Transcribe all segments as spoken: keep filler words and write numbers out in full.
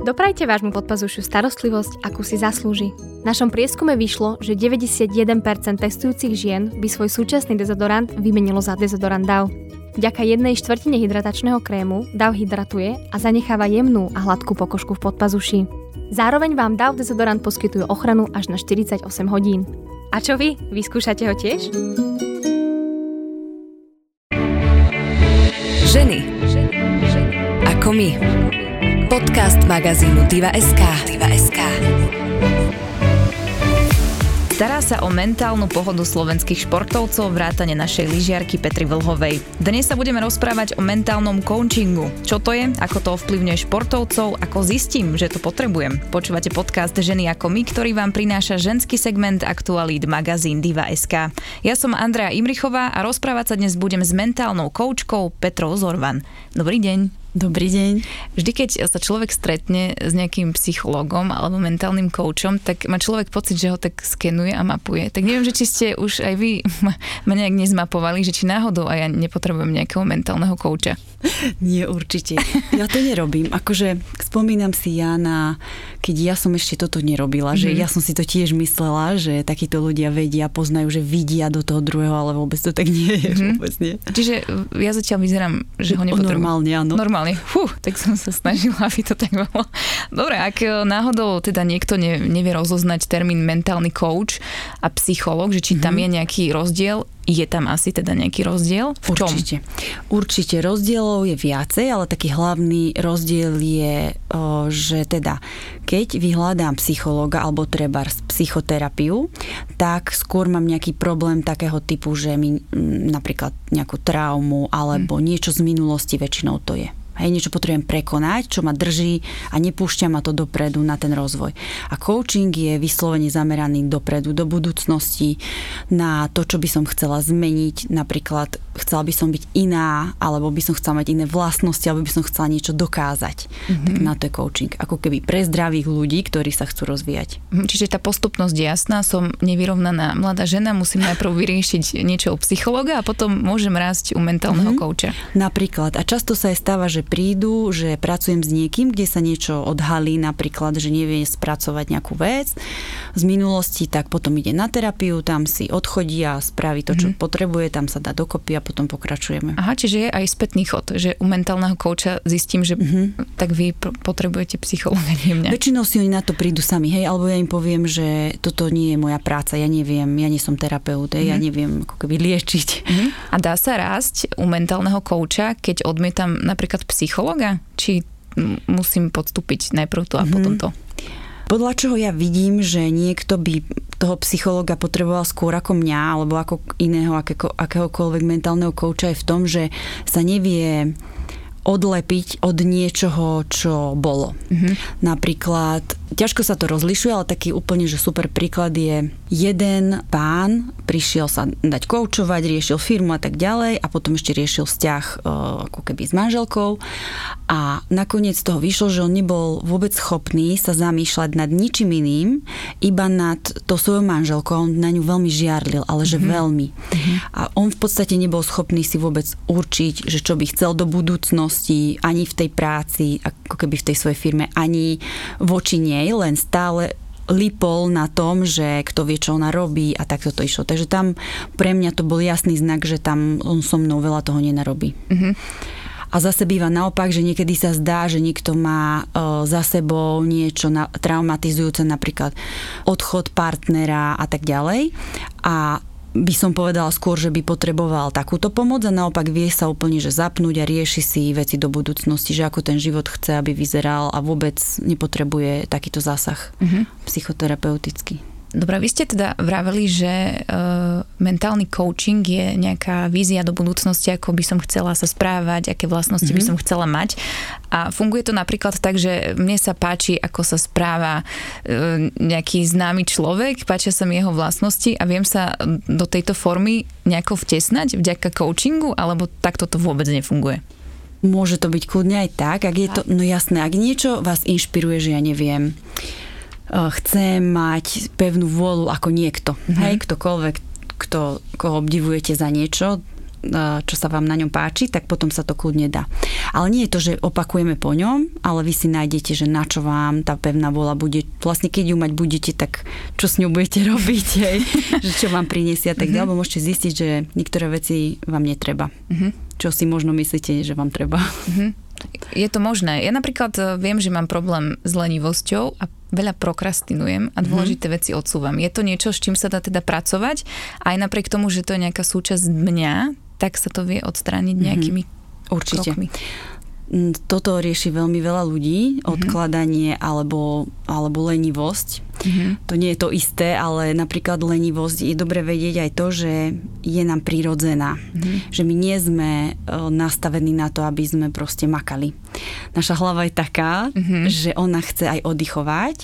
Doprajte vášmu podpazušiu starostlivosť, akú si zaslúži. V našom prieskume vyšlo, že deväťdesiatjeden percent testujúcich žien by svoj súčasný dezodorant vymenilo za dezodorant Dove. Vďaka jednej štvrtine hydratačného krému Dove hydratuje a zanecháva jemnú a hladkú pokožku v podpazuši. Zároveň vám Dove dezodorant poskytuje ochranu až na štyridsaťosem hodín. A čo vy? Vyskúšate ho tiež? Ženy ako my. Podcast magazínu Diva.sk. Diva.sk. Stará sa o mentálnu pohodu slovenských športovcov vrátane našej lyžiarky Petry Vlhovej. Dnes sa budeme rozprávať o mentálnom coachingu. Čo to je, ako to ovplyvňuje športovcov, ako zistím, že to potrebujem. Počúvate podcast Ženy ako my, ktorý vám prináša ženský segment aktualít magazín Diva.sk. Ja som Andrea Imrichová a rozprávať sa dnes budem s mentálnou koučkou Petrou Zorvan. Dobrý deň. Dobrý deň. Vždy, keď sa človek stretne s nejakým psychológom alebo mentálnym koučom, tak má človek pocit, že ho tak skenuje a mapuje. Tak neviem, že či ste už aj vy ma, ma nejak nezmapovali, že či náhodou aj ja nepotrebujem nejakého mentálneho kouča. Nie, určite. Ja to nerobím. Akože spomínam si ja na, keď ja som ešte toto nerobila, mm-hmm. že ja som si to tiež myslela, že takíto ľudia vedia, poznajú, že vidia do toho druhého, ale vôbec to tak nie je. Mm-hmm. Vôbec nie. Čiže ja zatiaľ vyzerám, že ho nepotrebujem. Normálne, áno. Normálne. Fú, tak som sa snažila, aby to tak bolo. Dobre, ak náhodou teda niekto ne, nevie rozoznať termín mentálny coach a psychológ, že či tam mm-hmm. je nejaký rozdiel, je tam asi teda nejaký rozdiel? V čom? Určite. Určite rozdielov je viacej, ale taký hlavný rozdiel je, o, že teda keď vyhľadám psychológa alebo trebárs psychoterapiu, tak skôr mám nejaký problém takého typu, že mi m, napríklad nejakú traumu alebo mm. niečo z minulosti väčšinou to je. Hej, niečo potrebujem prekonať, čo ma drží a nepúšťa ma to dopredu na ten rozvoj. A coaching je vyslovene zameraný dopredu, do budúcnosti, na to, čo by som chcela zmeniť. Napríklad chcela by som byť iná, alebo by som chcela mať iné vlastnosti, alebo by som chcela niečo dokázať. Mm-hmm. Tak na to je coaching. Ako keby pre zdravých ľudí, ktorí sa chcú rozvíjať. Čiže tá postupnosť je jasná, som nevyrovnaná mladá žena, musím najprv vyriešiť niečo u psychológa a potom môžem rásť u mentálneho mm-hmm. kouča. Napríklad. A často sa aj stáva, že prídu, že pracujem s niekým, kde sa niečo odhalí, napríklad, že nevie spracovať nejakú vec z minulosti, tak potom ide na terapiu, tam si odchodí a spraví to, čo mm-hmm. potrebuje, tam sa dá dokopy a potom pokračujeme. Aha, čiže je aj spätný chod, že u mentálneho kouča zistím, že mm-hmm. tak vy potrebujete psychológa, nie mňa. Väčšinou si oni na to prídu sami, hej, alebo ja im poviem, že toto nie je moja práca, ja neviem, ja nie som terapeut, mm-hmm. ja neviem ako keby liečiť. Mm-hmm. A dá sa rásť u mentálneho kouča, keď odmietam napríklad psychologa? Či musím podstúpiť najprv to a mm-hmm. potom to? Podľa čoho ja vidím, že niekto by toho psychologa potreboval skôr ako mňa, alebo ako iného, akého, akéhokoľvek mentálneho kouča je v tom, že sa nevie odlepiť od niečoho, čo bolo. Mm-hmm. Napríklad, ťažko sa to rozlišuje, ale taký úplne, že super príklad je jeden pán, prišiel sa dať koučovať, riešil firmu a tak ďalej a potom ešte riešil vzťah uh, ako keby s manželkou a nakoniec z toho vyšlo, že on nebol vôbec schopný sa zamýšľať nad ničím iným, iba nad to svojou manželkou, on na ňu veľmi žiarlil, ale že mm-hmm. veľmi. Mm-hmm. A on v podstate nebol schopný si vôbec určiť, že čo by chcel do budúcnosti, ani v tej práci, ako keby v tej svojej firme, ani voči nej, len stále lipol na tom, že kto vie, čo ona robí a takto to išlo. Takže tam pre mňa to bol jasný znak, že tam on so mnou veľa toho nenarobí. Mm-hmm. A zase býva naopak, že niekedy sa zdá, že niekto má uh, za sebou niečo na, traumatizujúce, napríklad odchod partnera a tak ďalej. A by som povedala skôr, že by potreboval takúto pomoc a naopak vie sa úplne, že zapnúť a rieši si veci do budúcnosti, že ako ten život chce, aby vyzeral a vôbec nepotrebuje takýto zásah mm-hmm. psychoterapeutický. Dobre, vy ste teda vraveli, že uh, mentálny coaching je nejaká vízia do budúcnosti, ako by som chcela sa správať, aké vlastnosti mm-hmm. by som chcela mať. A funguje to napríklad tak, že mne sa páči, ako sa správa uh, nejaký známy človek, páčia sa mi jeho vlastnosti a viem sa do tejto formy nejako vtesnať vďaka coachingu, alebo takto to vôbec nefunguje? Môže to byť kľudne aj tak, ak je to, no jasné, ak niečo vás inšpiruje, že ja neviem, chcem mať pevnú vôľu ako niekto. Mm-hmm. Hej, ktokoľvek, kto, koho obdivujete za niečo, čo sa vám na ňom páči, tak potom sa to kľudne dá. Ale nie je to, že opakujeme po ňom, ale vy si nájdete, že na čo vám tá pevná vôľa bude. Vlastne keď ju mať budete, tak čo s ňou budete robiť, hej? Že čo vám prinesie a tak ďalej, alebo môžete zistiť, že niektoré veci vám netreba. Uh-huh. Čo si možno myslíte, že vám treba. Uh-huh. Je to možné. Ja napríklad viem, že mám problém s lenivosťou a veľa prokrastinujem a dôležité mm. veci odsúvam. Je to niečo, s čím sa dá teda pracovať? Aj napriek tomu, že to je nejaká súčasť mňa, tak sa to vie odstrániť nejakými mm-hmm. Určite. krokmi. Toto rieši veľmi veľa ľudí, mm-hmm. odkladanie alebo, alebo lenivosť. Mm-hmm. To nie je to isté, ale napríklad lenivosť je dobre vedieť aj to, že je nám prirodzená. Mm-hmm. Že my nie sme nastavení na to, aby sme proste makali. Naša hlava je taká, mm-hmm. že ona chce aj oddychovať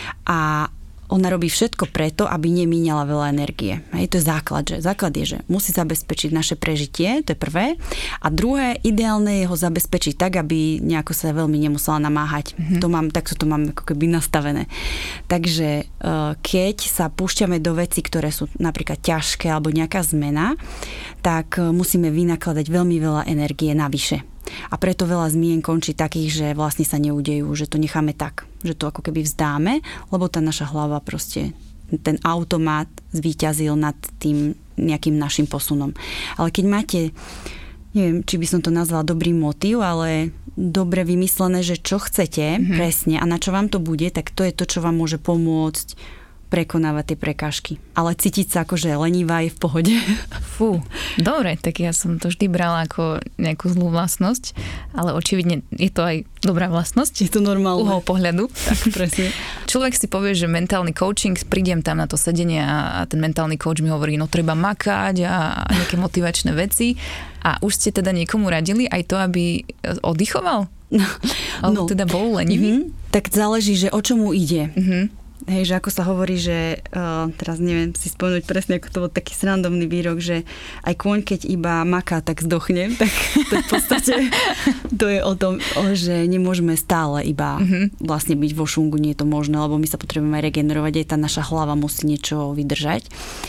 a ona robí všetko preto, aby nemíňala veľa energie. Hej, to je základ. Že? Základ je, že musí zabezpečiť naše prežitie, to je prvé. A druhé, ideálne je ho zabezpečiť tak, aby nejako sa veľmi nemusela namáhať. Mm-hmm. To mám, takto to mám ako keby nastavené. Takže keď sa púšťame do vecí, ktoré sú napríklad ťažké alebo nejaká zmena, tak musíme vynakladať veľmi veľa energie navyše. A preto veľa zmien končí takých, že vlastne sa neudejú, že to necháme tak, že to ako keby vzdáme, lebo tá naša hlava proste, ten automat zvíťazil nad tým nejakým našim posunom. Ale keď máte, neviem, či by som to nazvala dobrý motív, ale dobre vymyslené, že čo chcete mm-hmm. presne a na čo vám to bude, tak to je to, čo vám môže pomôcť prekonávať tie prekážky. Ale cítiť sa ako, že lenivá je v pohode. Fú, dobre, tak ja som to vždy brala ako nejakú zlú vlastnosť, ale očividne je to aj dobrá vlastnosť. Je to normálne. Uhol pohľadu. Tak, presne. Človek si povie, že mentálny coaching, prídem tam na to sedenie a ten mentálny coach mi hovorí, no treba makať a nejaké motivačné veci. A už ste teda niekomu radili aj to, aby oddychoval? No, alebo no. teda bol lenivý? Mm-hmm. Tak záleží, že o čomu ide. Mhm. Hej, že ako sa hovorí, že uh, teraz neviem si spomenúť presne, ako to bol taký srandovný výrok, že aj kôň, keď iba maká, tak zdochne. Tak to v podstate to je o tom, o, že nemôžeme stále iba mm-hmm. vlastne byť vo šungu, nie je to možné, lebo my sa potrebujeme aj regenerovať, aj tá naša hlava musí niečo vydržať.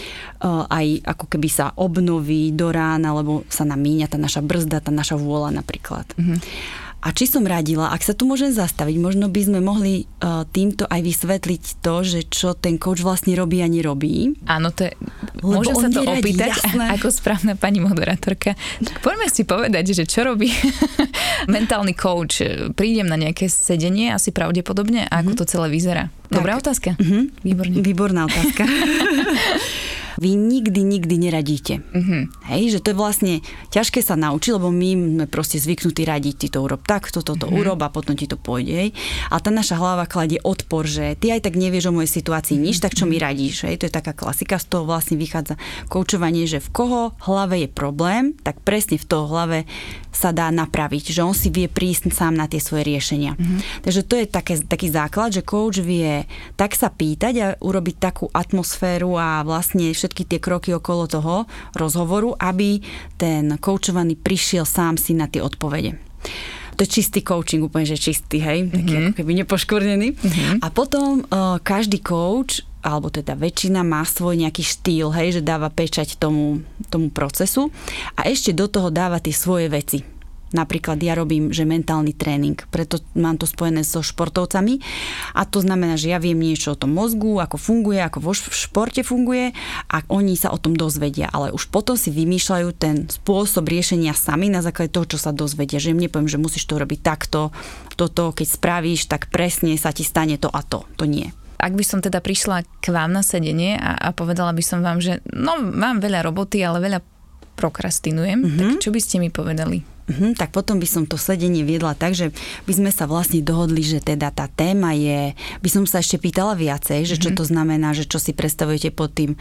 Uh, aj ako keby sa obnoví do rána, alebo sa nám míňa tá naša brzda, tá naša vôľa napríklad. Mm-hmm. A či som radila, ak sa tu môžem zastaviť, možno by sme mohli uh, týmto aj vysvetliť to, že čo ten coach vlastne robí a nerobí. Áno, to je, môžem sa to neradí, opýtať jasné. Ako správna pani moderátorka. Tak poďme si povedať, že čo robí mentálny coach. Prídem na nejaké sedenie, asi pravdepodobne, a mm-hmm. ako to celé vyzerá. Dobrá tak. Otázka? Mm-hmm. Výborne. Výborná otázka. Vy nikdy, nikdy neradíte. Mm-hmm. Hej, že to je vlastne ťažké sa naučiť, lebo my sme proste zvyknutí radiť, ty to urob takto, toto mm-hmm. urob a potom ti to pôjde. Hej. A tá naša hlava kladie odpor, že ty aj tak nevieš o mojej situácii nič, tak čo mi radíš? Hej. To je taká klasika, z toho vlastne vychádza koučovanie, že v koho hlave je problém, tak presne v toho hlave sa dá napraviť, že on si vie prísť sám na tie svoje riešenia. Mm-hmm. Takže to je také, taký základ, že coach vie tak sa pýtať a urobiť takú atmosféru a vlastne všetky tie kroky okolo toho rozhovoru, aby ten koučovaný prišiel sám si na tie odpovede. To je čistý coaching, úplne, že čistý, hej, taký mm-hmm. ako keby nepoškvrnený. Mm-hmm. A potom uh, každý coach, alebo teda väčšina má svoj nejaký štýl, hej, že dáva pečať tomu, tomu procesu a ešte do toho dáva tie svoje veci. Napríklad ja robím, že mentálny tréning, preto mám to spojené so športovcami a to znamená, že ja viem niečo o tom mozgu, ako funguje, ako vo športe funguje a oni sa o tom dozvedia, ale už potom si vymýšľajú ten spôsob riešenia sami na základe toho, čo sa dozvedia, že im nepoviem, že musíš to robiť takto, toto, keď spravíš, tak presne sa ti stane to a to, to nie. Ak by som teda prišla k vám na sedenie a, a povedala by som vám, že no mám veľa roboty, ale veľa prokrastinujem, mm-hmm. tak čo by ste mi povedali? Uh-huh, tak potom by som to sedenie viedla tak, že by sme sa vlastne dohodli, že teda tá téma je, by som sa ešte pýtala viacej, že čo to znamená, že čo si predstavujete pod tým,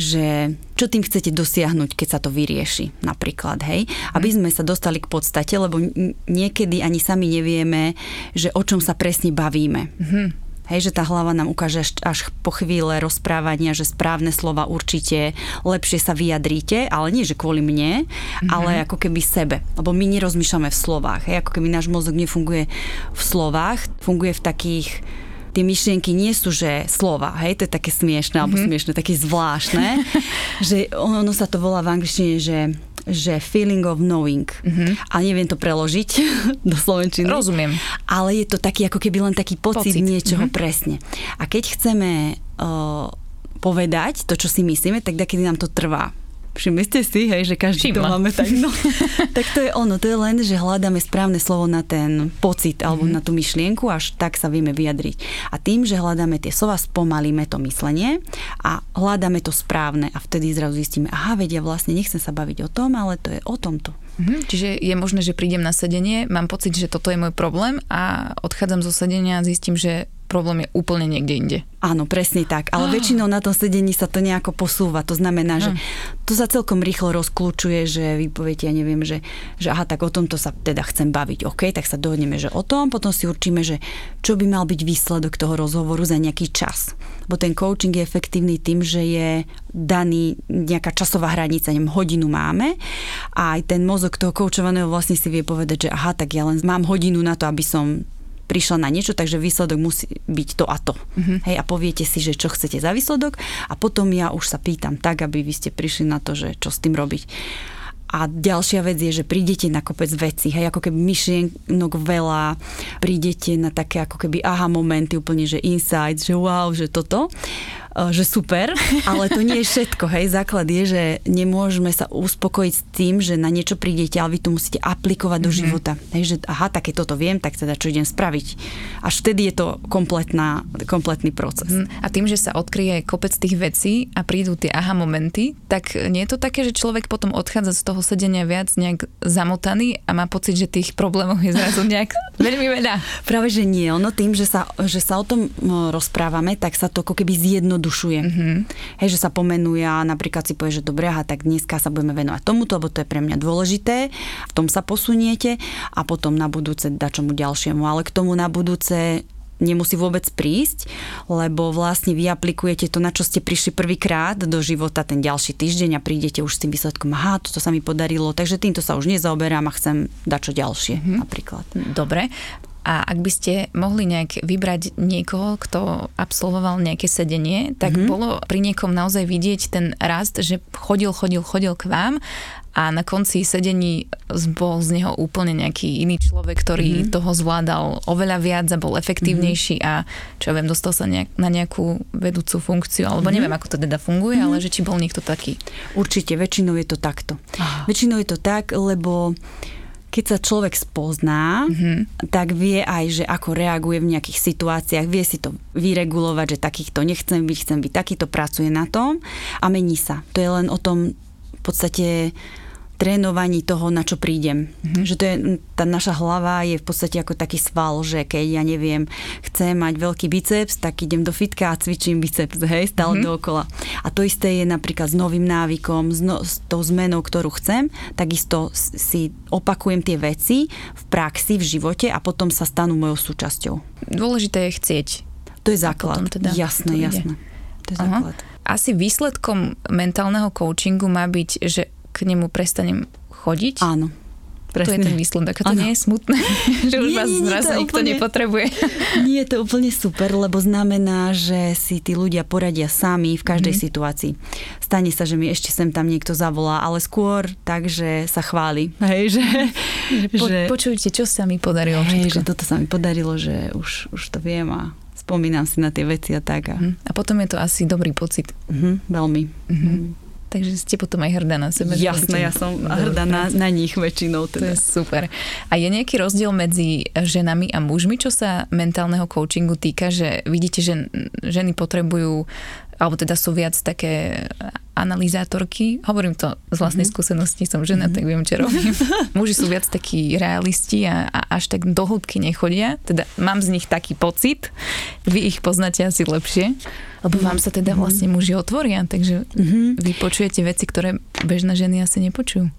že čo tým chcete dosiahnuť, keď sa to vyrieši napríklad, hej? Aby sme sa dostali k podstate, lebo niekedy ani sami nevieme, že o čom sa presne bavíme. Uh-huh. Hej, že tá hlava nám ukáže až, až po chvíle rozprávania, že správne slova určite lepšie sa vyjadríte, ale nie, že kvôli mne, mm-hmm. ale ako keby sebe. Lebo my nerozmýšľame v slovách. Hej, ako keby náš mozog nefunguje v slovách, funguje v takých... Tie myšlienky nie sú, že slova, hej, to je také smiešné, mm-hmm. alebo smiešné, také zvláštne, že ono sa to volá v angličtine, že že feeling of knowing. Uh-huh. A neviem to preložiť do slovenčiny. Rozumiem. Ale je to taký, ako keby len taký pocit, pocit. niečoho uh-huh. presne. A keď chceme uh, povedať to, čo si myslíme, tak dakedy nám to trvá. Všimli ste si, hej, že každý Všimla. to máme tak. No. Tak to je ono, to je len, že hľadáme správne slovo na ten pocit alebo mm-hmm. na tú myšlienku, až tak sa vieme vyjadriť. A tým, že hľadáme tie slova, spomalíme to myslenie a hľadáme to správne a vtedy zrazu zistíme, aha, vedia, vlastne nechcem sa baviť o tom, ale to je o tomto. Mm-hmm. Čiže je možné, že prídem na sedenie, mám pocit, že toto je môj problém a odchádzam zo sedenia a zistím, že problém je úplne niekde inde. Áno, presne tak. Ale oh. väčšinou na tom sedení sa to nejako posúva. To znamená, že to sa celkom rýchlo rozkľúčuje, že vy poviete, ja neviem, že, že aha, tak o tomto sa teda chcem baviť. OK, tak sa dohodneme, že o tom. Potom si určíme, že čo by mal byť výsledok toho rozhovoru za nejaký čas. Bo ten coaching je efektívny tým, že je daný nejaká časová hranica, neviem, hodinu máme a aj ten mozog toho koučovaného vlastne si vie povedať, že aha, tak ja len mám hodinu na to, aby som prišla na niečo, takže výsledok musí byť to a to. Mm-hmm. Hej, a poviete si, že čo chcete za výsledok a potom ja už sa pýtam tak, aby vy ste prišli na to, že čo s tým robiť. A ďalšia vec je, že prídete na kopec vecí, hej, ako keby myšlienok veľa, prídete na také ako keby aha momenty, úplne, že insights, že wow, že toto, že super, ale to nie je všetko, hej, základ je, že nemôžeme sa uspokojiť s tým, že na niečo prídete, ale vy to musíte aplikovať do mm-hmm. života, hej, že aha, tak keď toto viem, tak teda čo idem spraviť. Až vtedy je to kompletná, kompletný proces. Mm. A tým, že sa odkryje kopec tých vecí a prídu tie aha momenty, tak nie je to také, že človek potom odchádza z toho sedenia viac nejak zamotaný a má pocit, že tých problémov je zrazu nejak veľmi veľa. Práve, že nie. Ono tým, že sa, že sa o tom rozprávame, tak sa to ako keby zjednodušuje. Mm-hmm. Hej, že sa pomenuje a napríklad si povie, že dobre, aha, tak dneska sa budeme venovať tomuto, lebo to je pre mňa dôležité. V tom sa posuniete a potom na budúce dá čomu ďalšiemu. Ale k tomu na budúce nemusí vôbec prísť, lebo vlastne vy aplikujete to, na čo ste prišli prvýkrát do života ten ďalší týždeň a prídete už s tým výsledkom, aha, toto sa mi podarilo, takže týmto sa už nezaoberám a chcem dať čo ďalšie, mm-hmm. napríklad. Dobre. A ak by ste mohli nejak vybrať niekoho, kto absolvoval nejaké sedenie, tak mm-hmm. bolo pri niekom naozaj vidieť ten rast, že chodil, chodil, chodil k vám a na konci sedení bol z neho úplne nejaký iný človek, ktorý mm-hmm. toho zvládal oveľa viac a bol efektívnejší mm-hmm. a čo ja viem, dostal sa nejak, na nejakú vedúcu funkciu, alebo mm-hmm. neviem, ako to teda funguje, mm-hmm. ale že či bol niekto taký. Určite, väčšinou je to takto. Ah. Väčšinou je to tak, lebo keď sa človek spozná, mm-hmm. tak vie aj, že ako reaguje v nejakých situáciách, vie si to vyregulovať, že takýchto nechcem byť, chcem byť takýto, pracuje na tom a mení sa. To je len o tom v podstate trénovaní toho, na čo prídem. Mm-hmm. Že to je, tá naša hlava je v podstate ako taký sval, že keď ja neviem, chcem mať veľký biceps, tak idem do fitka a cvičím biceps, hej, stále mm-hmm. dookola. A to isté je napríklad s novým návykom, s, no, s tou zmenou, ktorú chcem, takisto si opakujem tie veci v praxi, v živote a potom sa stanú mojou súčasťou. Dôležité je chcieť. To je základ. Teda jasné, jasné. To je základ. Asi výsledkom mentálneho coachingu má byť, že k nemu prestanem chodiť. Áno. Presne. To je ten výsledok. A to ano. Nie je smutné, že už nie, vás nie, zrazu nikto úplne nepotrebuje. Nie, je to úplne super, lebo znamená, že si tí ľudia poradia sami v každej mm. situácii. Stane sa, že mi ešte sem tam niekto zavolá, ale skôr tak, že sa chváli. Hej, že, po, že počujte, čo sa mi podarilo. Hej, že toto sa mi podarilo, že už, už to viem a spomínam si na tie veci a tak. A, mm. a potom je to asi dobrý pocit. Mm-hmm, veľmi. Mm-hmm. Takže ste potom aj hrdá na sebe. Jasné, ja som hrdá na, na nich väčšinou. Teda. To je super. A je nejaký rozdiel medzi ženami a mužmi, čo sa mentálneho coachingu týka, že vidíte, že ženy potrebujú, alebo teda sú viac také analyzátorky. Hovorím to z vlastnej mm-hmm. skúsenosti, som žena, mm-hmm. tak viem, čo robím. Muži sú viac takí realisti a, a až tak do hĺbky nechodia. Teda mám z nich taký pocit. Vy ich poznáte asi lepšie. Lebo vám sa teda vlastne muži otvoria, takže mm-hmm. vy počujete veci, ktoré bežné ženy asi nepočujú.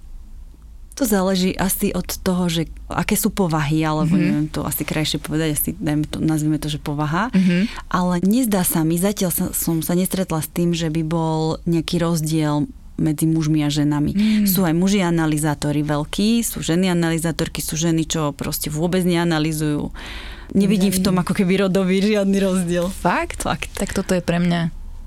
To záleží asi od toho, že aké sú povahy, alebo mm-hmm. neviem to asi krajšie povedať, asi dajme to, nazvime to, že povaha. Mm-hmm. Ale nezdá sa mi, zatiaľ sa, som sa nestretla s tým, že by bol nejaký rozdiel medzi mužmi a ženami. Mm. Sú aj muži analyzátori veľkí, sú ženy analyzátorky, sú ženy, čo proste vôbec neanalizujú. Nevidím v tom ako keby rodový žiadny rozdiel. Fakt? Fakt. Tak toto je pre mňa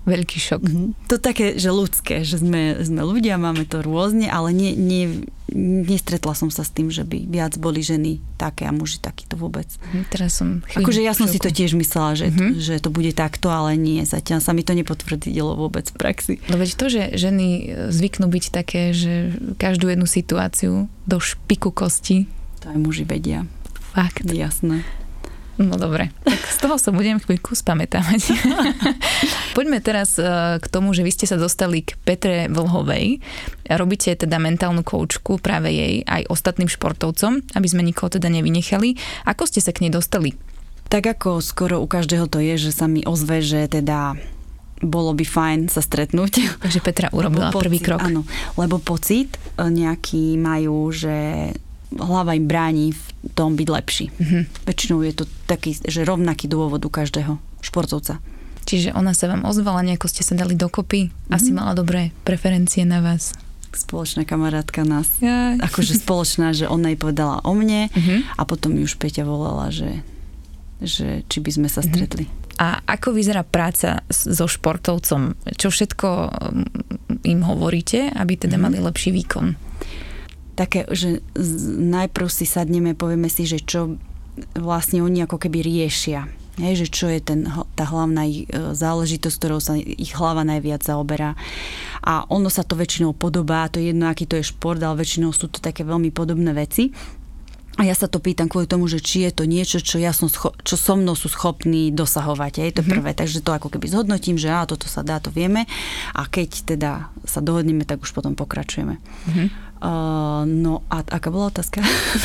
veľký šok. Mm-hmm. To také, že ľudské, že sme, sme ľudia, máme to rôzne, ale nie, nie, nestretla som sa s tým, že by viac boli ženy také a muži takýto vôbec. Teraz som chvíľu akože ja som si to tiež myslela, že, mm-hmm. že to bude takto, ale nie. Zatiaľ sa mi to nepotvrdilo vôbec v praxi. No veď to, že ženy zvyknú byť také, že každú jednu situáciu do špiku kosti. To aj muži vedia. Fakt. Jasné. No dobre, tak z toho sa budem chvíľku spamätávať. Poďme teraz k tomu, že vy ste sa dostali k Petre Vlhovej. Robíte teda mentálnu koučku práve jej aj ostatným športovcom, aby sme nikoho teda nevynechali. Ako ste sa k nej dostali? Tak ako skoro u každého to je, že sa mi ozve, že teda bolo by fajn sa stretnúť. Takže Petra urobila pocit, prvý krok. Áno, lebo pocit nejaký majú, že hlava im bráni v tom byť lepší. Mm-hmm. Väčšinou je to taký, že rovnaký dôvod u každého športovca. Čiže ona sa vám ozvala, nejako ste sa dali dokopy, mm-hmm. asi mala dobré preferencie na vás. Spoločná kamarátka nás. Ja. Akože spoločná, že ona jej povedala o mne mm-hmm. a potom ju už Peťa volala, že, že či by sme sa stretli. Mm-hmm. A ako vyzerá práca so športovcom? Čo všetko im hovoríte, aby teda mm-hmm. mali lepší výkon? Také, že najprv si sadneme, povieme si, že čo vlastne oni ako keby riešia. Hej, že čo je ten, tá hlavná záležitosť, ktorou sa ich hlava najviac zaoberá. A ono sa to väčšinou podobá, to je jedno, aký to je šport, ale väčšinou sú to také veľmi podobné veci. A ja sa to pýtam kvôli tomu, že či je to niečo, čo, ja som scho- čo so mnou sú schopní dosahovať. Je to mm-hmm. prvé, takže to ako keby zhodnotím, že á, toto sa dá, to vieme. A keď teda sa dohodneme, tak už potom pokračujeme. Mm-hmm. Uh, no a aká bola otázka?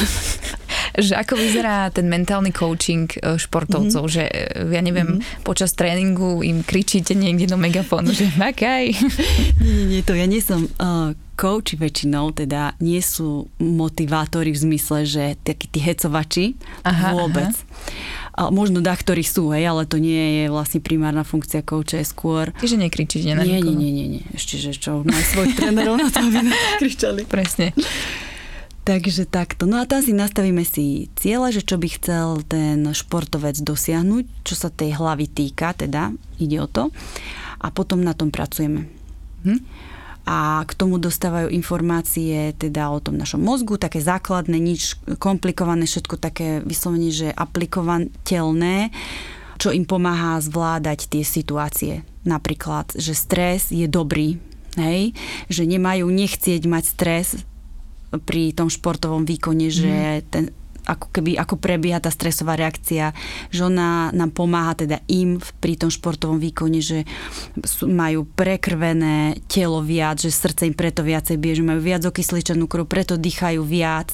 Že ako vyzerá ten mentálny coaching športovcov, mm-hmm. že ja neviem, mm-hmm. počas tréningu im kričíte niekde do megafónu, že makaj. Nie, nie, nie, to ja nie som uh, coachi väčšinou, teda nie sú motivátori v zmysle, že takí tí hecovači aha, vôbec. Aha. Možno dá, ktorí sú, hej, ale to nie je vlastne primárna funkcia coacha, je skôr... Čiže nekričíte na nie, nikoho? Nie, nie, nie, nie. Ešte, že čo, maj svojich trénerov na to, aby nás kričali. Presne. Takže takto. No a tam si nastavíme si ciele, že čo by chcel ten športovec dosiahnuť, čo sa tej hlavy týka, teda ide o to. A potom na tom pracujeme. Hm? A k tomu dostávajú informácie teda o tom našom mozgu, také základné, nič komplikované, všetko také vyslovene, že aplikovateľné, čo im pomáha zvládať tie situácie. Napríklad, že stres je dobrý, hej? Že nemajú nechcieť mať stres pri tom športovom výkone, že ten, ako keby, ako prebieha tá stresová reakcia, že ona nám pomáha teda im pri tom športovom výkone, že sú, majú prekrvené telo viac, že srdce im preto viacej bije, že majú viac okysličenú krv, preto dýchajú viac.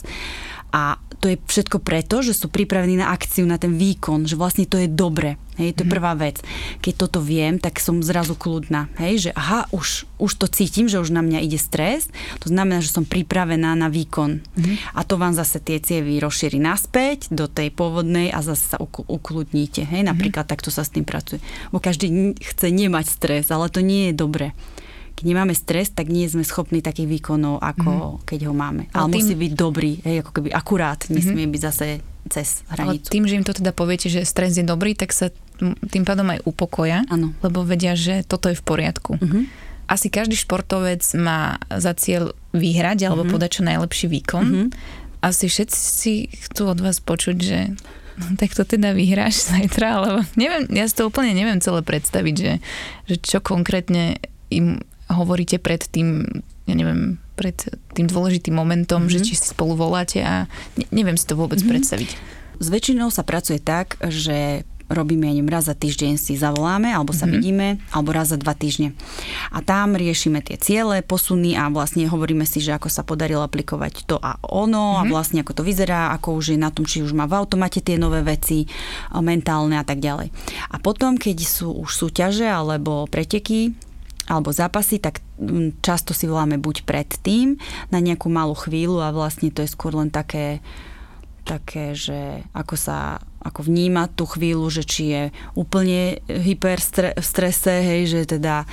A to je všetko preto, že sú pripravení na akciu, na ten výkon, že vlastne to je dobre. Hej, to je prvá vec. Keď toto viem, tak som zrazu kľudná. Hej, že aha, už, už to cítim, že už na mňa ide stres, to znamená, že som pripravená na výkon. Mm-hmm. A to vám zase tie cievy rozšíri naspäť do tej pôvodnej a zase sa ukludníte. Hej, napríklad mm-hmm. takto sa s tým pracuje. Bo každý chce nemať stres, ale to nie je dobre. Keď nemáme stres, tak nie sme schopní takých výkonov, ako mm-hmm. keď ho máme. Ale tým... musí byť dobrý, hej, ako keby akurát, nesmie mm-hmm. byť zase cez hranicu. Ale tým, že im to teda poviete, že stres je dobrý, tak sa tým pádom aj upokoja, ano. Lebo vedia, že toto je v poriadku. Mm-hmm. Asi každý športovec má za cieľ vyhrať alebo mm-hmm. podať čo najlepší výkon. Mm-hmm. Asi všetci chcú od vás počuť, že tak to teda vyhráš zajtra, alebo neviem, ja si to úplne neviem celé predstaviť, že, že čo konkrétne im hovoríte pred tým, ja neviem, pred tým dôležitým momentom, mm-hmm. že či si spolu voláte a ne, neviem si to vôbec mm-hmm. predstaviť. S väčšinou sa pracuje tak, že robíme, ja neviem, raz za týždeň si zavoláme, alebo sa mm-hmm. vidíme, alebo raz za dva týždne. A tam riešime tie ciele, posuny a vlastne hovoríme si, že ako sa podarilo aplikovať to a ono mm-hmm. a vlastne ako to vyzerá, ako už je na tom, či už má v automate tie nové veci, mentálne a tak ďalej. A potom, keď sú už súťaže alebo preteky, alebo zápasy, tak často si voláme buď predtým na nejakú malú chvíľu a vlastne to je skôr len také, také, že ako sa ako vníma tú chvíľu, že či je úplne hyper v strese, hej, že teda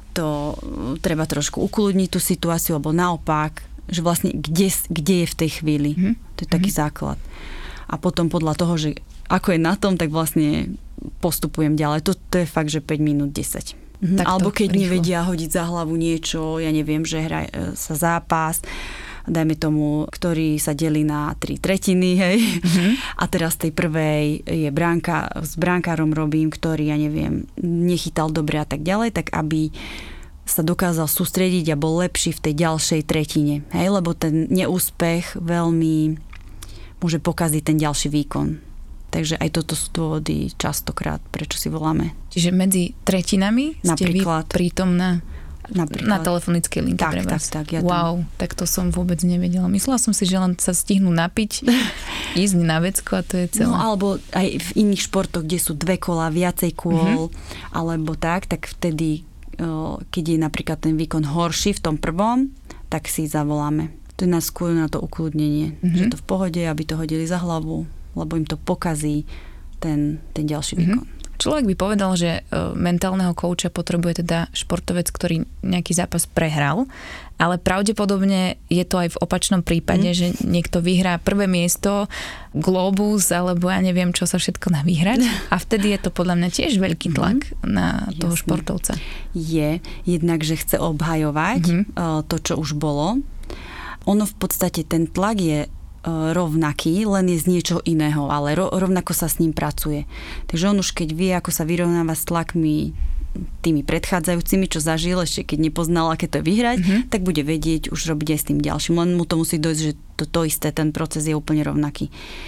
to treba trošku ukludniť tú situáciu, alebo naopak, že vlastne kde, kde je v tej chvíli. Mm-hmm. To je taký mm-hmm. základ. A potom podľa toho, že ako je na tom, tak vlastne postupujem ďalej. To, to je fakt, že päť minút, desať. Mm-hmm. Alebo keď rýchlo nevedia hodiť za hlavu niečo, ja neviem, že hrá sa zápas, dajme tomu, ktorý sa delí na tri tretiny, hej. Mm-hmm. A teraz tej prvej je bránka, s bránkárom robím, ktorý, ja neviem, nechytal dobre a tak ďalej, tak aby sa dokázal sústrediť a bol lepší v tej ďalšej tretine, hej, lebo ten neúspech veľmi môže pokaziť ten ďalší výkon. Takže aj toto sú dôvody častokrát, prečo si voláme. Čiže medzi tretinami ste napríklad vy prítomná Napríklad. na telefonickej linke tak, pre vás. Tak, tak, ja wow, tam... tak to som vôbec nevedela. Myslela som si, že len sa stihnú napiť, ísť na vecko a to je celé. No alebo aj v iných športoch, kde sú dve kola, viacej kôl, mm-hmm. alebo tak, tak vtedy, keď je napríklad ten výkon horší v tom prvom, tak si zavoláme. To je nás skôr na to ukludnenie. Mm-hmm. Že to v pohode, aby to hodili za hlavu, lebo im to pokazí ten, ten ďalší výkon. Mm-hmm. Človek by povedal, že mentálneho kouča potrebuje teda športovec, ktorý nejaký zápas prehral, ale pravdepodobne je to aj v opačnom prípade, mm. že niekto vyhrá prvé miesto, globus, alebo ja neviem, čo sa všetko dá vyhrať. A vtedy je to podľa mňa tiež veľký tlak mm. na toho Jasne. Športovca. Je, jednak, že chce obhajovať mm. to, čo už bolo. Ono v podstate, ten tlak je rovnaký, len je z niečoho iného, ale ro, rovnako sa s ním pracuje. Takže on už keď vie, ako sa vyrovnáva s tlakmi tými predchádzajúcimi, čo zažil, ešte keď nepoznal, aké to je vyhrať, mm-hmm. tak bude vedieť už robiť aj s tým ďalším. Len mu to musí dojsť, že to, to isté, ten proces je úplne rovnaký.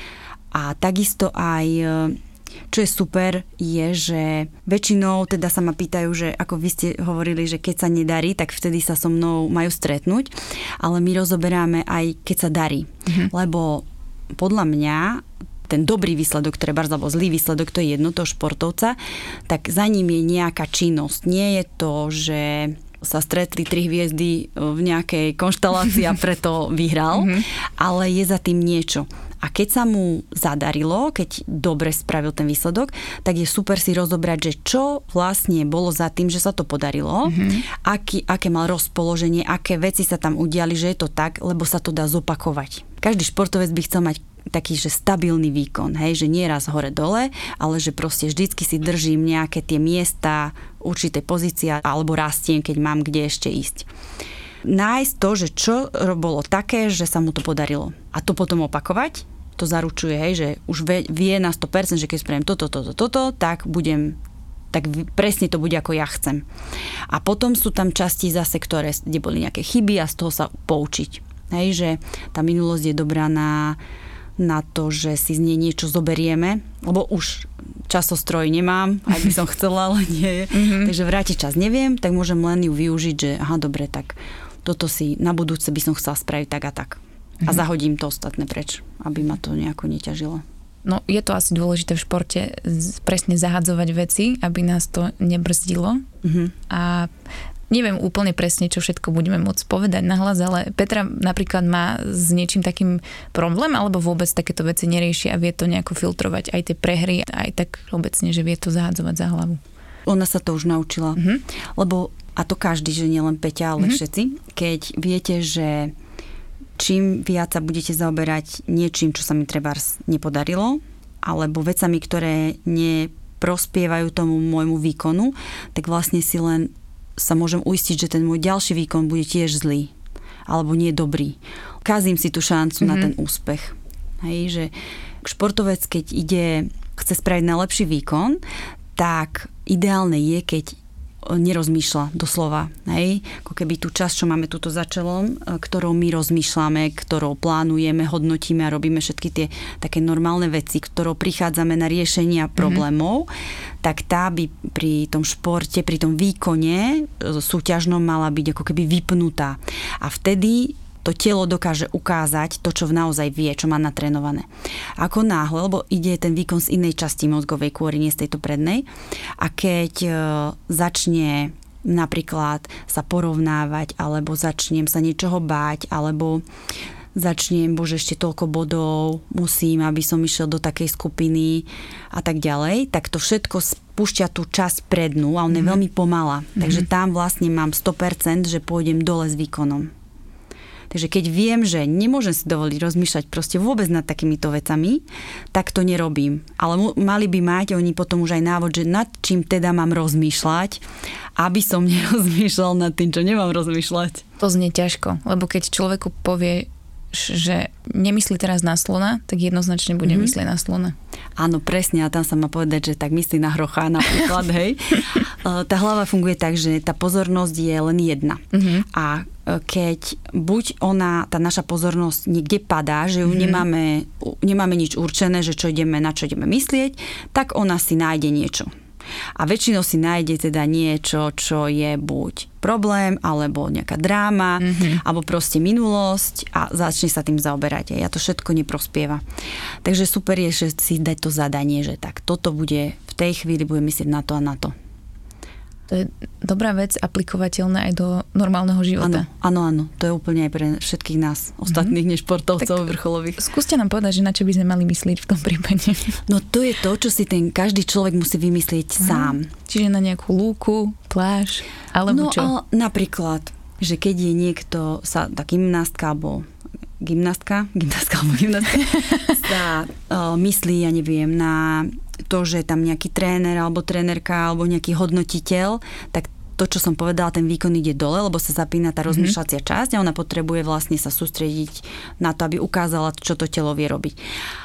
A takisto aj čo je super, je, že väčšinou teda sa ma pýtajú, že ako vy ste hovorili, že keď sa nedarí, tak vtedy sa so mnou majú stretnúť, ale my rozoberáme aj keď sa darí. Mhm. Lebo podľa mňa ten dobrý výsledok, ktorý alebo zlý výsledok, to je jedno toho športovca, tak za ním je nejaká činnosť. Nie je to, že sa stretli tri hviezdy v nejakej konštelácii a preto vyhral, mm-hmm. ale je za tým niečo. A keď sa mu zadarilo, keď dobre spravil ten výsledok, tak je super si rozobrať, že čo vlastne bolo za tým, že sa to podarilo, mm-hmm. aký, aké mal rozpoloženie, aké veci sa tam udiali, že je to tak, lebo sa to dá zopakovať. Každý športovec by chcel mať taký, že stabilný výkon, hej, že nie raz hore-dole, ale že proste vždycky si držím nejaké tie miesta, určité pozície, alebo rastiem, keď mám kde ešte ísť. Nájsť to, že čo bolo také, že sa mu to podarilo. A to potom opakovať, to zaručuje, hej, že už vie na sto percent, že keď spravím toto, toto, toto, tak budem, tak presne to bude, ako ja chcem. A potom sú tam časti zase, ktoré, kde boli nejaké chyby a z toho sa poučiť. Hej, že tá minulosť je dobrá na na to, že si z nej niečo zoberieme, lebo už časostroj nemám, ak by som chcela, ale nie je. Mm-hmm. Takže vrátiť čas neviem, tak môžem len ju využiť, že aha, dobre, tak toto si na budúce by som chcela spraviť tak a tak. Mm-hmm. A zahodím to ostatné preč, aby ma to nejako neťažilo. No, je to asi dôležité v športe presne zahadzovať veci, aby nás to nebrzdilo. Mm-hmm. A neviem úplne presne, čo všetko budeme môcť povedať nahlas, ale Petra napríklad má s niečím takým problém, alebo vôbec takéto veci nerieši a vie to nejako filtrovať aj tie prehry, aj tak obecne, že vie to zahadzovať za hlavu. Ona sa to už naučila. Mm-hmm. Lebo, a to každý, že nielen Peťa, ale mm-hmm. všetci, keď viete, že čím viac sa budete zaoberať niečím, čo sa mi trebárs nepodarilo, alebo vecami, ktoré neprospievajú tomu môjmu výkonu, tak vlastne si len sa môžem uistiť, že ten môj ďalší výkon bude tiež zlý alebo nie dobrý. Kazím si tú šancu mm-hmm. na ten úspech. Hej, že športovec, keď ide, chce spraviť najlepší výkon, tak ideálne je, keď nerozmýšľa doslova. Hej? Ako keby tú časť, čo máme túto za čelom, ktorou my rozmýšľame, ktorou plánujeme, hodnotíme a robíme všetky tie také normálne veci, ktorou prichádzame na riešenia problémov, mm-hmm. tak tá by pri tom športe, pri tom výkone súťažnom mala byť ako keby vypnutá. A vtedy to telo dokáže ukázať to, čo naozaj vie, čo má natrénované. Ako náhle, lebo ide ten výkon z inej časti mozgovej kôry, nie z tejto prednej. A keď e, začne napríklad sa porovnávať, alebo začnem sa niečoho báť, alebo začnem, bože, ešte toľko bodov, musím, aby som išiel do takej skupiny a tak ďalej, tak to všetko spúšťa tú časť prednú a on mm-hmm. je veľmi pomalá. Mm-hmm. Takže tam vlastne mám sto percent, že pôjdem dole s výkonom. Takže keď viem, že nemôžem si dovoliť rozmýšľať proste vôbec nad takýmito vecami, tak to nerobím. Ale mu, mali by mať oni potom už aj návod, že nad čím teda mám rozmýšľať, aby som nerozmýšľal nad tým, čo nemám rozmýšľať. To znie ťažko, lebo keď človeku povie, že nemyslí teraz na slona, tak jednoznačne bude mm-hmm. myslieť na slona. Áno, presne, a tam sa má povedať, že tak myslí na hrocha napríklad, hej. Tá hlava funguje tak, že tá pozornosť je len jedna. Mm-hmm. A keď buď ona, tá naša pozornosť niekde padá, že ju mm-hmm. nemáme, nemáme nič určené, že čo ideme, na čo ideme myslieť, tak ona si nájde niečo. A väčšinou si nájde teda niečo, čo je buď problém, alebo nejaká dráma, mm-hmm. alebo proste minulosť a začne sa tým zaoberať. A to všetko neprospieva. Takže super je, že si dať to zadanie, že tak toto bude, v tej chvíli bude myslieť na to a na to. To je dobrá vec, aplikovateľná aj do normálneho života. Áno, áno, to je úplne aj pre všetkých nás, ostatných mm-hmm. nešportovcov vrcholových. Skúste nám povedať, že na čo by sme mali myslieť v tom prípade. No to je to, čo si ten každý človek musí vymyslieť Aha. sám. Čiže na nejakú lúku, pláž, alebo no, čo? No napríklad, že keď je niekto, sa, tá gymnastka alebo gymnastka, gymnastka alebo gymnastka sa uh, myslí, ja neviem, na to, že tam nejaký tréner alebo trénerka alebo nejaký hodnotiteľ, tak to, čo som povedala, ten výkon ide dole, lebo sa zapína tá rozmýšľacia časť a ona potrebuje vlastne sa sústrediť na to, aby ukázala, čo to telo vie robiť.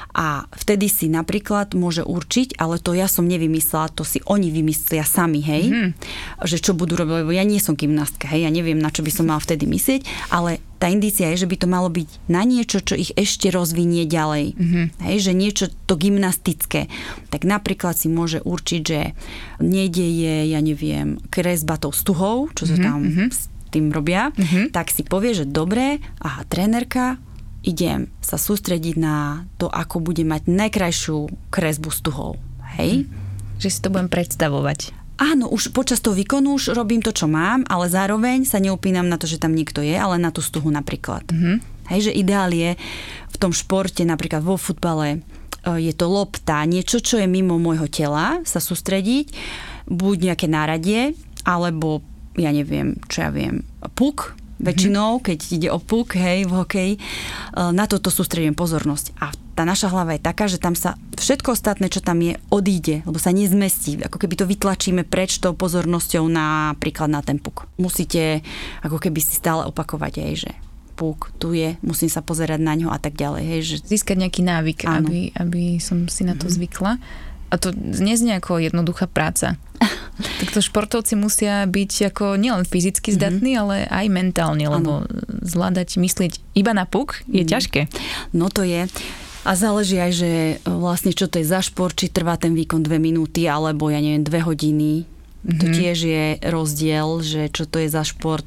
A vtedy si napríklad môže určiť, ale to ja som nevymyslela, to si oni vymyslia sami, hej, mm. že čo budú robiť, lebo ja nie som gymnastka, hej, ja neviem, na čo by som mala vtedy myslieť, ale tá indícia je, že by to malo byť na niečo, čo ich ešte rozvinie ďalej. Mm-hmm. Hej, že niečo to gymnastické. Tak napríklad si môže určiť, že niekde je, ja neviem, kresba tou stuhou, čo sa mm-hmm. tam s tým robia, mm-hmm. tak si povie, že dobre, aha, trénerka, idem sa sústrediť na to, ako bude mať najkrajšiu kresbu stuhou. Hej? Že si to budem predstavovať. Áno, už počas toho výkonu už robím to, čo mám, ale zároveň sa neupínam na to, že tam niekto je, ale na tú stuhu napríklad. Mm-hmm. Hej, že ideál je v tom športe, napríklad vo futbale, je to lopta, niečo, čo je mimo môjho tela, sa sústrediť, buď nejaké náradie, alebo ja neviem, čo ja viem, puk, väčšinou, keď ide o puk, hej, v hokeji, na toto sústredím pozornosť. A tá naša hlava je taká, že tam sa všetko ostatné, čo tam je, odíde, lebo sa nezmestí. Ako keby to vytlačíme preč tou pozornosťou napríklad na ten puk. Musíte ako keby si stále opakovať, hej, že puk tu je, musím sa pozerať na ňo a tak ďalej. Hej, že... Získať nejaký návyk, aby, aby som si na to mm-hmm. zvykla. A to neznie ako jednoduchá práca. Takto športovci musia byť ako nielen fyzicky zdatní, mm-hmm. ale aj mentálne, lebo ano. Zvládať, myslieť iba na puk je mm. ťažké. No to je. A záleží aj, že vlastne čo to je za šport, či trvá ten výkon dve minúty, alebo ja neviem, dve hodiny. Mm-hmm. To tiež je rozdiel, že čo to je za šport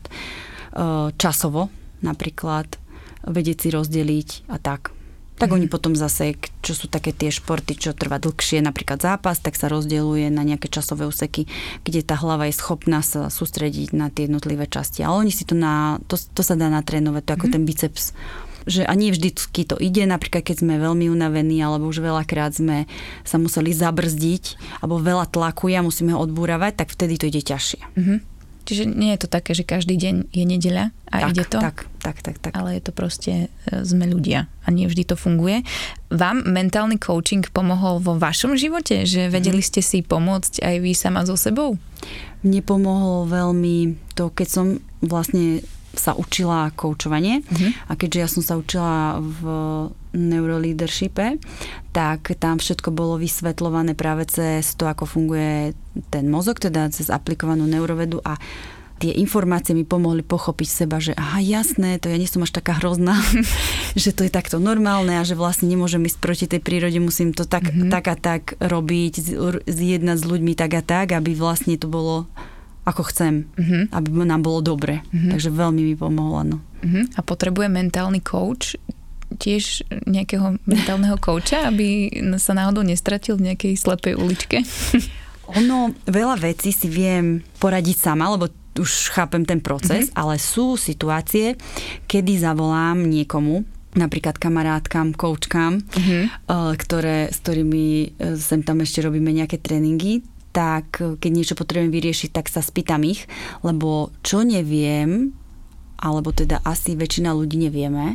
časovo napríklad, vedieť si rozdeliť a tak. Tak mm. oni potom zase, čo sú také tie športy, čo trvá dlhšie, napríklad zápas, tak sa rozdeľuje na nejaké časové úseky, kde tá hlava je schopná sa sústrediť na tie jednotlivé časti. Ale oni si to na, to, to sa dá natrénovať, to ako mm. ten biceps. Že a nie vždycky to ide, napríklad keď sme veľmi unavení, alebo už veľakrát sme sa museli zabrzdiť, alebo veľa tlaku a musíme ho odbúravať, tak vtedy to ide ťažšie. Mm-hmm. Čiže nie je to také, že každý deň je nedeľa a tak, ide to? Tak, tak, tak, tak. Ale je to proste, sme ľudia a nie vždy to funguje. Vám mentálny coaching pomohol vo vašom živote? Že vedeli ste si pomôcť aj vy sama so sebou? Mne pomohlo veľmi to, keď som vlastne sa učila koučovanie uh-huh. a keďže ja som sa učila v neuroleadershipe, tak tam všetko bolo vysvetľované práve cez to, ako funguje ten mozog, teda cez aplikovanú neurovedu a tie informácie mi pomohli pochopiť seba, že aha, jasné, to ja nie som až taká hrozná, že to je takto normálne a že vlastne nemôžem ísť proti tej prírode, musím to tak, mm-hmm. tak a tak robiť, zjednať s ľuďmi tak a tak, aby vlastne to bolo ako chcem, mm-hmm. aby nám bolo dobre. Mm-hmm. Takže veľmi mi pomohlo, no. Mm-hmm. A potrebuje mentálny coach tiež nejakého mentálneho kouča, aby sa náhodou nestratil v nejakej slepej uličke? Ono, veľa vecí si viem poradiť sama, lebo už chápem ten proces, mm-hmm. ale sú situácie, kedy zavolám niekomu, napríklad kamarátkam, koučkám, mm-hmm. ktoré, s ktorými sem tam ešte robíme nejaké tréningy, tak keď niečo potrebujem vyriešiť, tak sa spýtam ich, lebo čo neviem, alebo teda asi väčšina ľudí nevieme,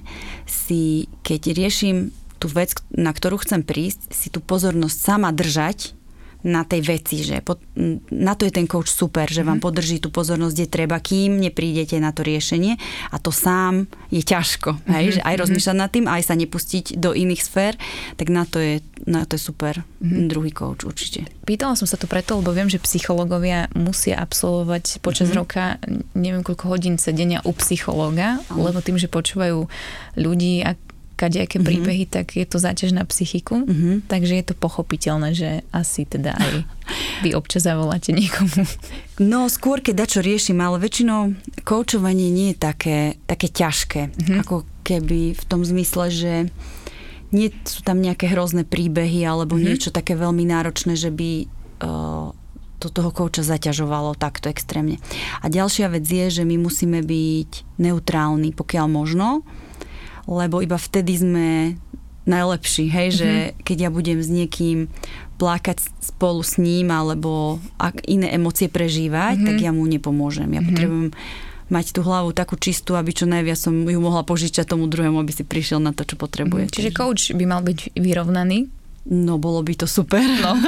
si keď riešim tú vec, na ktorú chcem prísť, si tú pozornosť sama držať na tej veci, že pod, na to je ten coach super, že vám podrží tú pozornosť, kde treba, kým neprídete na to riešenie a to sám je ťažko, hej? Mm-hmm. Že aj rozmýšľať nad tým, aj sa nepustiť do iných sfér, tak na to je, na to je super mm-hmm. druhý coach určite. Pýtala som sa to preto, lebo viem, že psychológovia musia absolvovať počas mm-hmm. roka neviem koľko hodín sedenia u psychológa, mm-hmm. lebo tým, že počúvajú ľudí a kadejaké mm-hmm. príbehy, tak je to záťaž na psychiku. Mm-hmm. Takže je to pochopiteľné, že asi teda aj vy občas zavoláte niekomu. No skôr, keď dačo riešim, ale väčšinou koučovanie nie je také, také ťažké. Mm-hmm. Ako keby v tom zmysle, že nie sú tam nejaké hrozné príbehy alebo mm-hmm. niečo také veľmi náročné, že by uh, to toho kouča zaťažovalo takto extrémne. A ďalšia vec je, že my musíme byť neutrálni, pokiaľ možno, lebo iba vtedy sme najlepší, hej, mm-hmm. že keď ja budem s niekým plakať spolu s ním, alebo ak iné emócie prežívať, mm-hmm. tak ja mu nepomôžem. Ja mm-hmm. potrebujem mať tú hlavu takú čistú, aby čo najviac som ju mohla požičať tomu druhému, aby si prišiel na to, čo potrebuje. Mm-hmm. Čiže coach by mal byť vyrovnaný? No, bolo by to super. No.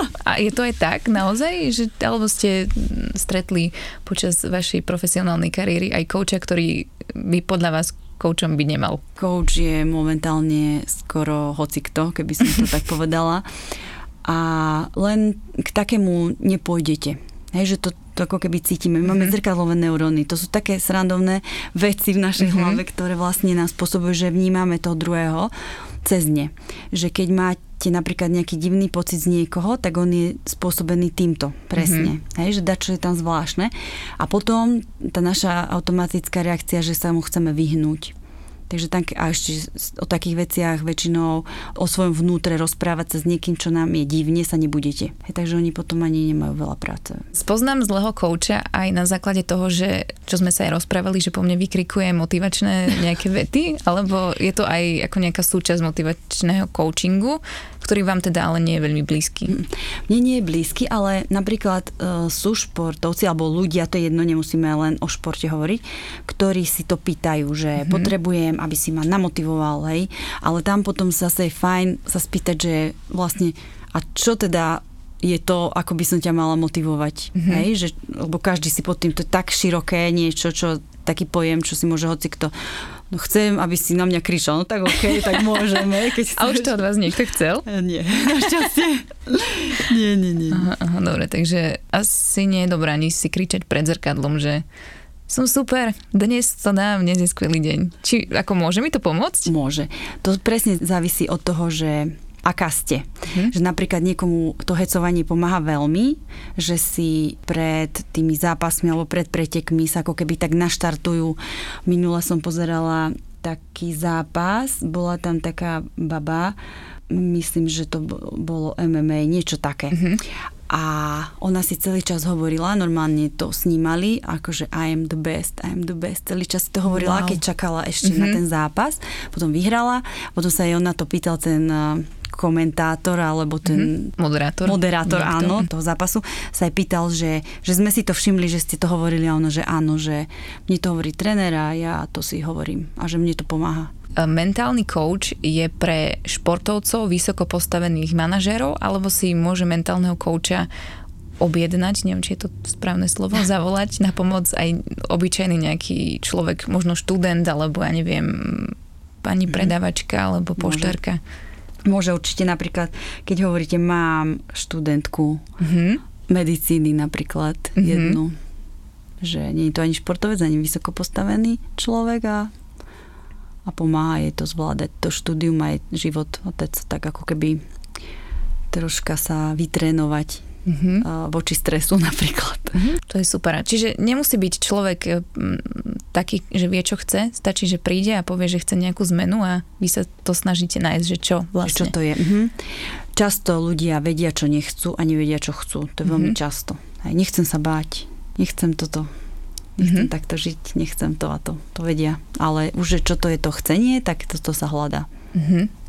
A je to aj tak naozaj? Že, alebo ste stretli počas vašej profesionálnej kariéry aj coacha, ktorý by podľa vás coachom by nemal? Coach je momentálne skoro hocikto, keby som to tak povedala. A len k takému nepôjdete. Hej, že to, to ako keby cítime. My máme mm-hmm. zrkadlové neuróny. To sú také srandovné veci v našej mm-hmm. hlave, ktoré vlastne nás spôsobujú, že vnímame toho druhého cez ne. Že keď máte napríklad nejaký divný pocit z niekoho, tak on je spôsobený týmto. Presne. Mm-hmm. Hej, že dačo je tam zvláštne. A potom tá naša automatická reakcia, že sa mu chceme vyhnúť. Takže tak, a ešte o takých veciach väčšinou o svojom vnútre rozprávať sa s niekým, čo nám je divne, sa nebudete. Hej, takže oni potom ani nemajú veľa práce. Spoznám zlého kouča aj na základe toho, že čo sme sa aj rozprávali, že po mne vykrikuje motivačné nejaké vety, alebo je to aj ako nejaká súčasť motivačného coachingu, ktorý vám teda ale nie je veľmi blízky. Mne nie je blízky, ale napríklad uh, sú športovci, alebo ľudia, to je jedno, nemusíme len o športe hovoriť, ktorí si to pýtajú, že mm-hmm. potrebujem, aby si ma namotivoval, hej, ale tam potom zase je fajn sa spýtať, že vlastne, a čo teda je to, ako by som ťa mala motivovať, mm-hmm. hej, že, lebo každý si pod tým, to je tak široké niečo, čo taký pojem, čo si môže hocikto. No chcem, aby si na mňa kričal. No tak okej, okay, tak môžeme. Keď a už to od vás niekto chcel? Nie, našťastie. nie, nie, nie. Aha, aha, dobre, takže asi nie je dobré ani si kričať pred zrkadlom, že som super, dnes to dám, dnes je skvelý deň. Či ako môže mi to pomôcť? Môže. To presne závisí od toho, že aká ste. Hmm. Že napríklad niekomu to hecovanie pomáha veľmi, že si pred tými zápasmi alebo pred pretekmi sa ako keby tak naštartujú. Minule som pozerala taký zápas, bola tam taká baba, myslím, že to bolo em em á, niečo také. Hmm. A ona si celý čas hovorila, normálne to snímali, akože I am the best, I am the best. Celý čas to hovorila, wow. keď čakala ešte mm-hmm. na ten zápas. Potom vyhrala, potom sa jej ona to pýtal ten komentátor, alebo ten mm-hmm. moderátor, moderátor áno, toho zápasu, sa jej pýtal, že, že sme si to všimli, že ste to hovorili a ono, že áno, že mne to hovorí tréner a ja to si hovorím a že mne to pomáha. Mentálny coach je pre športovcov, vysoko postavených manažérov, alebo si môže mentálneho coacha objednať, neviem, či je to správne slovo, zavolať na pomoc aj obyčajný nejaký človek, možno študent, alebo ja neviem, pani predavačka, alebo poštárka. Môže určite napríklad, keď hovoríte, mám študentku mm-hmm. medicíny napríklad, mm-hmm. jednu, že nie je to ani športovec, ani vysoko postavený človek a a pomáha jej to zvládať, to štúdium aj život, otec, tak ako keby troška sa vytrénovať mm-hmm. voči stresu napríklad. Mm-hmm. To je super. Čiže nemusí byť človek taký, že vie, čo chce, stačí, že príde a povie, že chce nejakú zmenu a vy sa to snažíte nájsť, že čo vlastne. Čo to je. Mhm. Často ľudia vedia, čo nechcú a nevedia, čo chcú. To je veľmi mm-hmm. často. Aj nechcem sa báť, nechcem toto. Nechcem mm-hmm. takto žiť, nechcem to a to. To vedia. Ale už, že čo to je to chcenie, tak toto sa hľadá. Mm-hmm.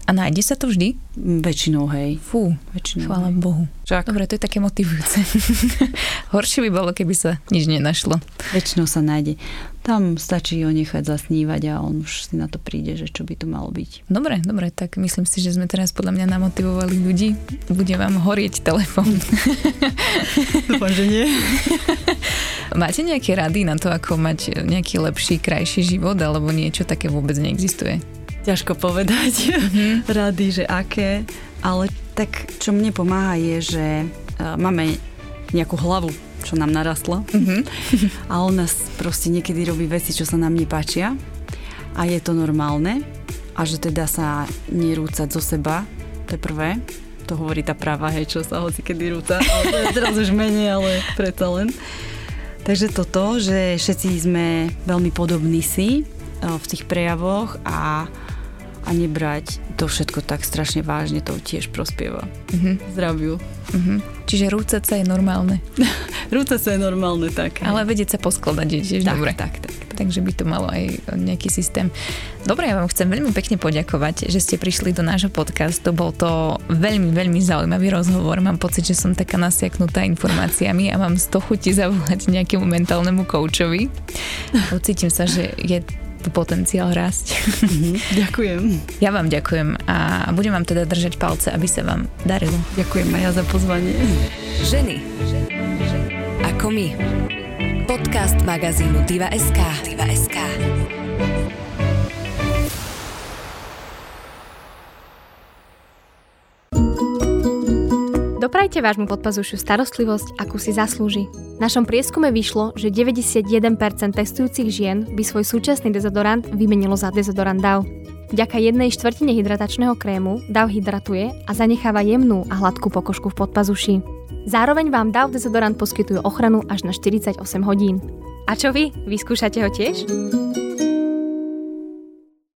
A nájde sa to vždy? Väčšinou, hej. Fú, väčšinou. Chvála Bohu. Čak. Dobre, to je také motivujúce. Horšie by bolo, keby sa nič nenašlo. Väčšinou sa nájde. Tam stačí ho nechať zasnívať a on už si na to príde, že čo by to malo byť. Dobre, dobre, tak myslím si, že sme teraz podľa mňa namotivovali ľudí. Bude vám horieť telefón. Dúfam, že nie. Máte nejaké rady na to, ako mať nejaký lepší, krajší život, alebo niečo také vôbec neexistuje? Ťažko povedať mm-hmm. rady, že aké, ale tak čo mne pomáha je, že uh, máme nejakú hlavu, čo nám narastla mm-hmm. a on nás proste niekedy robí veci, čo sa nám nepáčia a je to normálne a že teda sa nerúcať zo seba, to je prvé, to hovorí tá práva, hej, čo sa hoci kedy rúca, ale to je teraz už menej, ale predsa len. Takže toto, že všetci sme veľmi podobní si uh, v tých prejavoch a a nebrať to všetko tak strašne vážne, to tiež prospieva mm-hmm. zdraviu. Mm-hmm. Čiže rúcať sa je normálne. Rúcať sa je normálne, tak. Ale vedieť sa poskladať je tiež tak, dobre. Tak, tak, tak. Takže by to malo aj nejaký systém. Dobre, ja vám chcem veľmi pekne poďakovať, že ste prišli do nášho podcastu. Bol to veľmi, veľmi zaujímavý rozhovor. Mám pocit, že som taká nasiaknutá informáciami a mám sto chuti zavolať nejakému mentálnemu koučovi. Cítim sa, že je tu potenciál rásť. Mm-hmm. Ďakujem. Ja vám ďakujem a budem vám teda držať palce, aby sa vám darilo. Ďakujem aj ja za pozvanie. Ženy ako my. Podcast magazínu Diva bodka es ká. Diva bodka es ká. Doprajte vášmu podpazušiu starostlivosť, akú si zaslúži. V našom prieskume vyšlo, že deväťdesiatjeden percent testujúcich žien by svoj súčasný dezodorant vymenilo za dezodorant dé á vé. Vďaka jednej štvrtine hydratačného krému dé á vé hydratuje a zanecháva jemnú a hladkú pokožku v podpazuši. Zároveň vám dé á vé dezodorant poskytuje ochranu až na štyridsaťosem hodín. A čo vy? Vyskúšate ho tiež?